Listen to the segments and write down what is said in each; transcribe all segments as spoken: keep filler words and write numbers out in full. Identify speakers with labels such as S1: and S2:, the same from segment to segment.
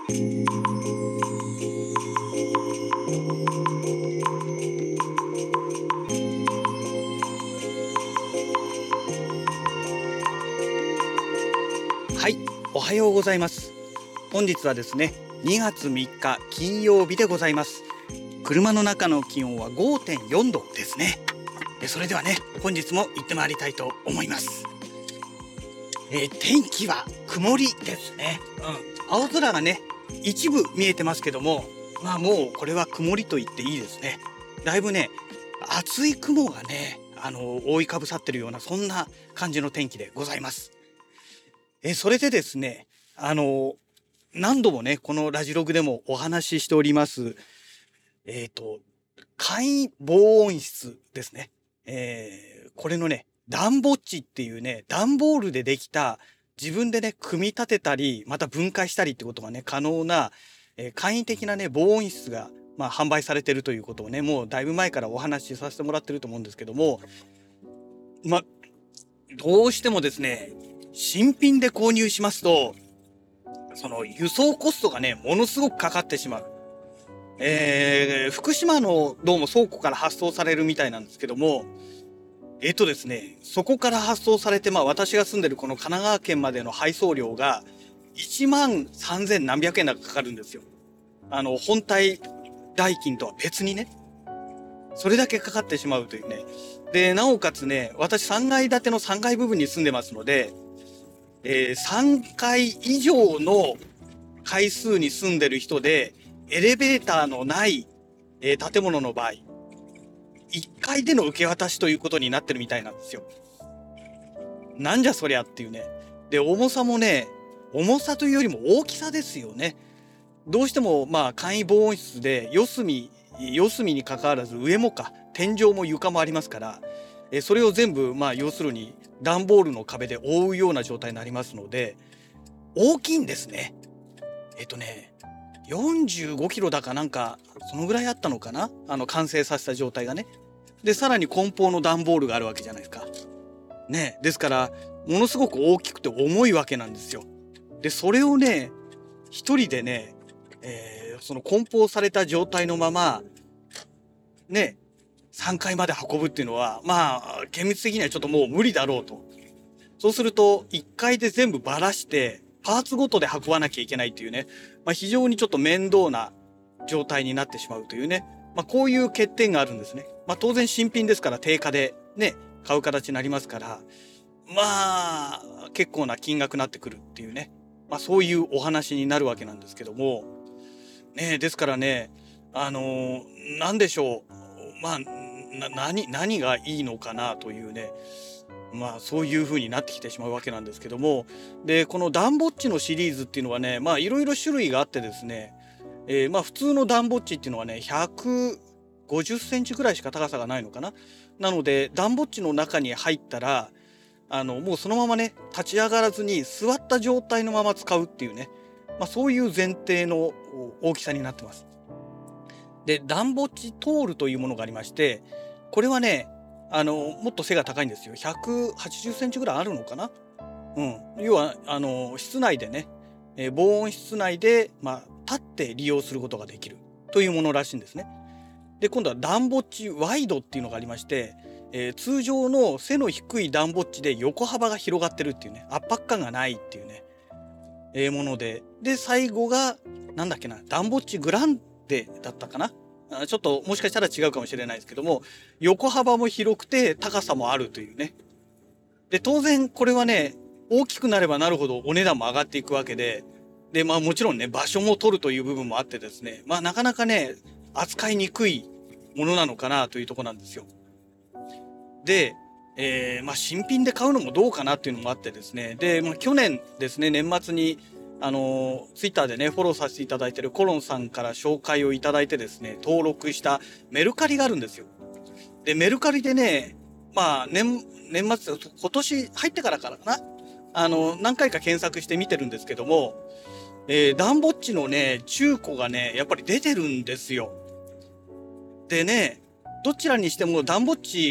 S1: はい、おはようございます。本日はですね、にがつみっか金曜日でございます。車の中の気温は ごてんよんどですね。それではね、本日も行ってまいりたいと思います。えー、天気は曇りですね。うん、青空がね、一部見えてますけども、まあもうこれは曇りと言っていいですね。だいぶね、厚い雲がね、あの覆いかぶさってるようなそんな感じの天気でございます。えそれでですね、あの何度もねこのラジログでもお話ししておりますえっと簡易防音室ですね。えー、これのね暖ボッチっていうね段ボールでできた自分でね組み立てたりまた分解したりってことがね可能な、えー、簡易的なね防音室がまあ販売されてるということをねもうだいぶ前からお話しさせてもらってると思うんですけども、まあどうしてもですね新品で購入しますとその輸送コストがねものすごくかかってしまう。えー、福島のどうも倉庫から発送されるみたいなんですけども、えっとですねそこから発送されて、まあ私が住んでるこの神奈川県までの配送料がいちまんさんぜんなんびゃくえんだかかかるんですよ。あの本体代金とは別にね、それだけかかってしまうというね。でなおかつね私さんがい建てのさんがい部分に住んでますので、えー、さんかい以上の階数に住んでる人でエレベーターのない、えー、建物の場合いっかいでの受け渡しということになってるみたいなんですよ。なんじゃそりゃっていうね。で重さもね重さというよりも大きさですよね。どうしてもまあ簡易防音室で四隅四隅に関わらず上もか天井も床もありますから、えそれを全部まあ要するに段ボールの壁で覆うような状態になりますので大きいんですね。えっとねよんじゅうごキロだかなんかそのぐらいあったのかな、あの完成させた状態がね。でさらに梱包の段ボールがあるわけじゃないですかね。ですからものすごく大きくて重いわけなんですよ。でそれをね一人でね、えー、その梱包された状態のままねさんがいまで運ぶっていうのはまあ厳密的にはちょっともう無理だろうと。そうするといっかいで全部ばらしてパーツごとで運ばなきゃいけないっていうね、まあ、非常にちょっと面倒な状態になってしまうというね、まあ、こういう欠点があるんですね。まあ、当然新品ですから定価でね買う形になりますからまあ結構な金額になってくるっていうね、まあ、そういうお話になるわけなんですけどもね。ですからねあのー、何でしょう、まあな何何がいいのかなというね、まあそういう風になってきてしまうわけなんですけども、でこのダンボッチのシリーズっていうのはねまあいろいろ種類があってですね、えー、まあ普通のダンボッチっていうのはねひゃくごじゅっセンチぐらいしか高さがないのかな。なのでダンボッチの中に入ったらあのもうそのままね立ち上がらずに座った状態のまま使うっていうね、まあ、そういう前提の大きさになってます。でダンボッチトールというものがありまして、これはねあのもっと背が高いんですよ。ひゃくはちじゅっセンチぐらいあるのかな。うん、要はあの室内でね、えー、防音室内で、まあ、立って利用することができるというものらしいんですね。で今度はダンボッチワイドっていうのがありまして、えー、通常の背の低いダンボッチで横幅が広がってるっていうね、圧迫感がないっていうね、えー、もので、で最後がなんだっけな、ダンボッチグランデだったかな。ちょっともしかしたら違うかもしれないですけども、横幅も広くて高さもあるというね。で当然これはね大きくなればなるほどお値段も上がっていくわけで、でまあもちろんね場所も取るという部分もあってですね、まあなかなかね扱いにくいものなのかなというところなんですよ。で、えー、まあ新品で買うのもどうかなっていうのもあってですね、で、まあ、去年ですね年末にあのツイッターでねフォローさせていただいているコロンさんから紹介をいただいてですね登録したメルカリがあるんですよ。でメルカリでねまあ年年末今年入ってからからかな、あの何回か検索して見てるんですけども、えー、ダンボッチのね中古がねやっぱり出てるんですよ。でねどちらにしてもダンボッチ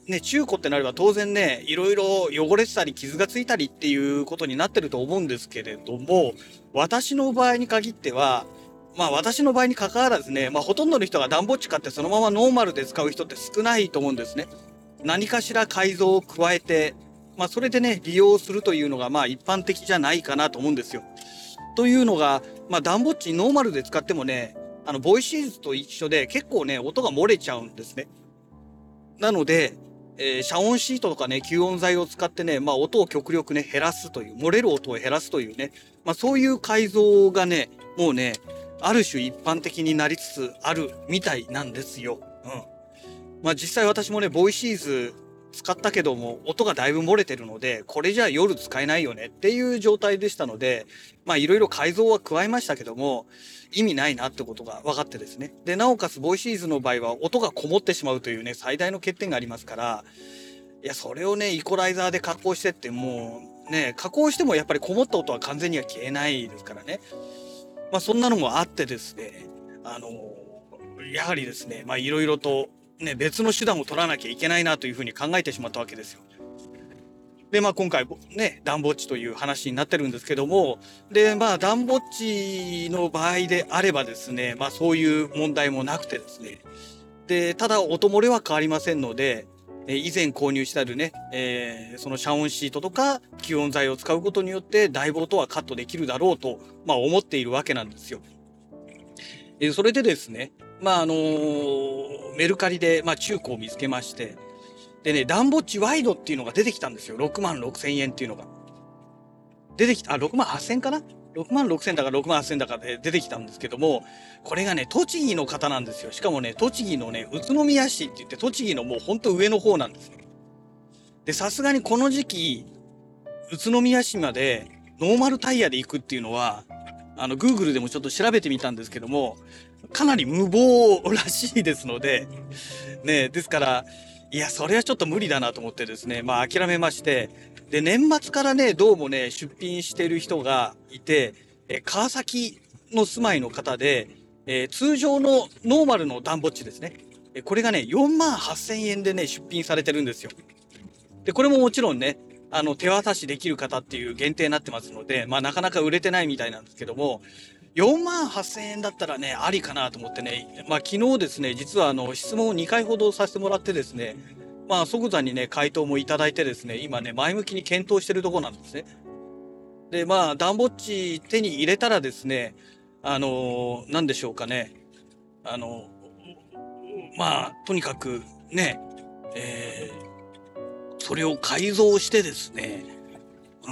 S1: ね、中古ってなれば当然ね、いろいろ汚れてたり傷がついたりっていうことになってると思うんですけれども、私の場合に限っては、まあ私の場合に関わらずね、まあほとんどの人が暖房地買ってそのままノーマルで使う人って少ないと思うんですね。何かしら改造を加えて、まあそれでね、利用するというのがまあ一般的じゃないかなと思うんですよ。というのが、まあ暖房地ノーマルで使ってもね、あの、ボイシーズと一緒で結構ね、音が漏れちゃうんですね。なので、えー、遮音シートとかね、吸音材を使ってね、まあ音を極力ね、減らすという、漏れる音を減らすというね、まあそういう改造がね、もうね、ある種一般的になりつつあるみたいなんですよ。うん。まあ実際私もね、ボイシーズ使ったけども、音がだいぶ漏れてるので、これじゃあ夜使えないよねっていう状態でしたので、まあいろいろ改造は加えましたけども、意味ないなってことが分かってですね。で、なおかつボイシーズの場合は音がこもってしまうというね、最大の欠点がありますから、いや、それをね、イコライザーで加工してってもう、ね、加工してもやっぱりこもった音は完全には消えないですからね。まあそんなのもあってですね、あの、やはりですね、まあいろいろとね、別の手段を取らなきゃいけないなというふうに考えてしまったわけですよ。で、まあ今回ね、暖房地という話になってるんですけども、で、まあ暖房地の場合であればですね、まあそういう問題もなくてですね、で、ただ音漏れは変わりませんので、え以前購入してあるね、えーその遮音シートとか吸音材を使うことによってだいぶ音はカットできるだろうと、まあ思っているわけなんですよ。えーそれでですね、まああのーメルカリで、まあ、中古を見つけまして、でね、暖房地ワイドっていうのが出てきたんですよ。ろくまんろくせんえんっていうのが。出てきた、あ、ろくまんはっせんかな？ ろくまんろくせんだかろくまんはっせんだかで出てきたんですけども、これがね、栃木の方なんですよ。しかもね、栃木のね、宇都宮市って言って、栃木のもうほんと上の方なんですよ。で、さすがにこの時期、宇都宮市までノーマルタイヤで行くっていうのは、あの、Google でもちょっと調べてみたんですけども、かなり無謀らしいですので、ね、ですから、いや、それはちょっと無理だなと思ってですね、まあ諦めまして、で、年末からね、どうもね、出品してる人がいて、え、川崎の住まいの方で、えー通常のノーマルの暖房地ですね。えこれがね、よんまんはっせんえんでね、出品されてるんですよ。で、これももちろんね、あの、手渡しできる方っていう限定になってますので、まあなかなか売れてないみたいなんですけども、よんまんはっせんえんだったらね、ありかなと思ってね、まあ昨日ですね、実はあの、質問をにかいほどさせてもらってですね、まあ即座にね、回答もいただいてですね、今ね、前向きに検討してるところなんですね。で、まあ、暖房地手に入れたらですね、あのーなんでしょうかね、あの、まあ、とにかくね、えーそれを改造してですね、うん、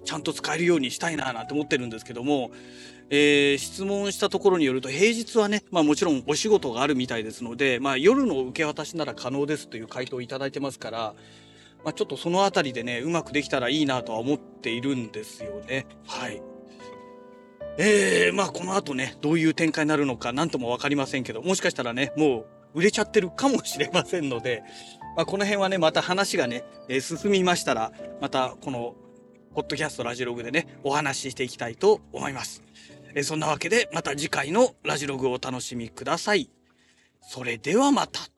S1: ちゃんと使えるようにしたいななんて思ってるんですけども、えー質問したところによると平日はね、まあもちろんお仕事があるみたいですので、まあ夜の受け渡しなら可能ですという回答をいただいてますから、まあちょっとそのあたりでね、うまくできたらいいなとは思っているんですよね。はい。えー、まあこの後ね、どういう展開になるのかなんともわかりませんけど、もしかしたらね、もう売れちゃってるかもしれませんので、まあこの辺はね、また話がね、えー進みましたら、またこの、ポッドキャストラジログでね、お話ししていきたいと思います。えーそんなわけで、また次回のラジログをお楽しみください。それではまた。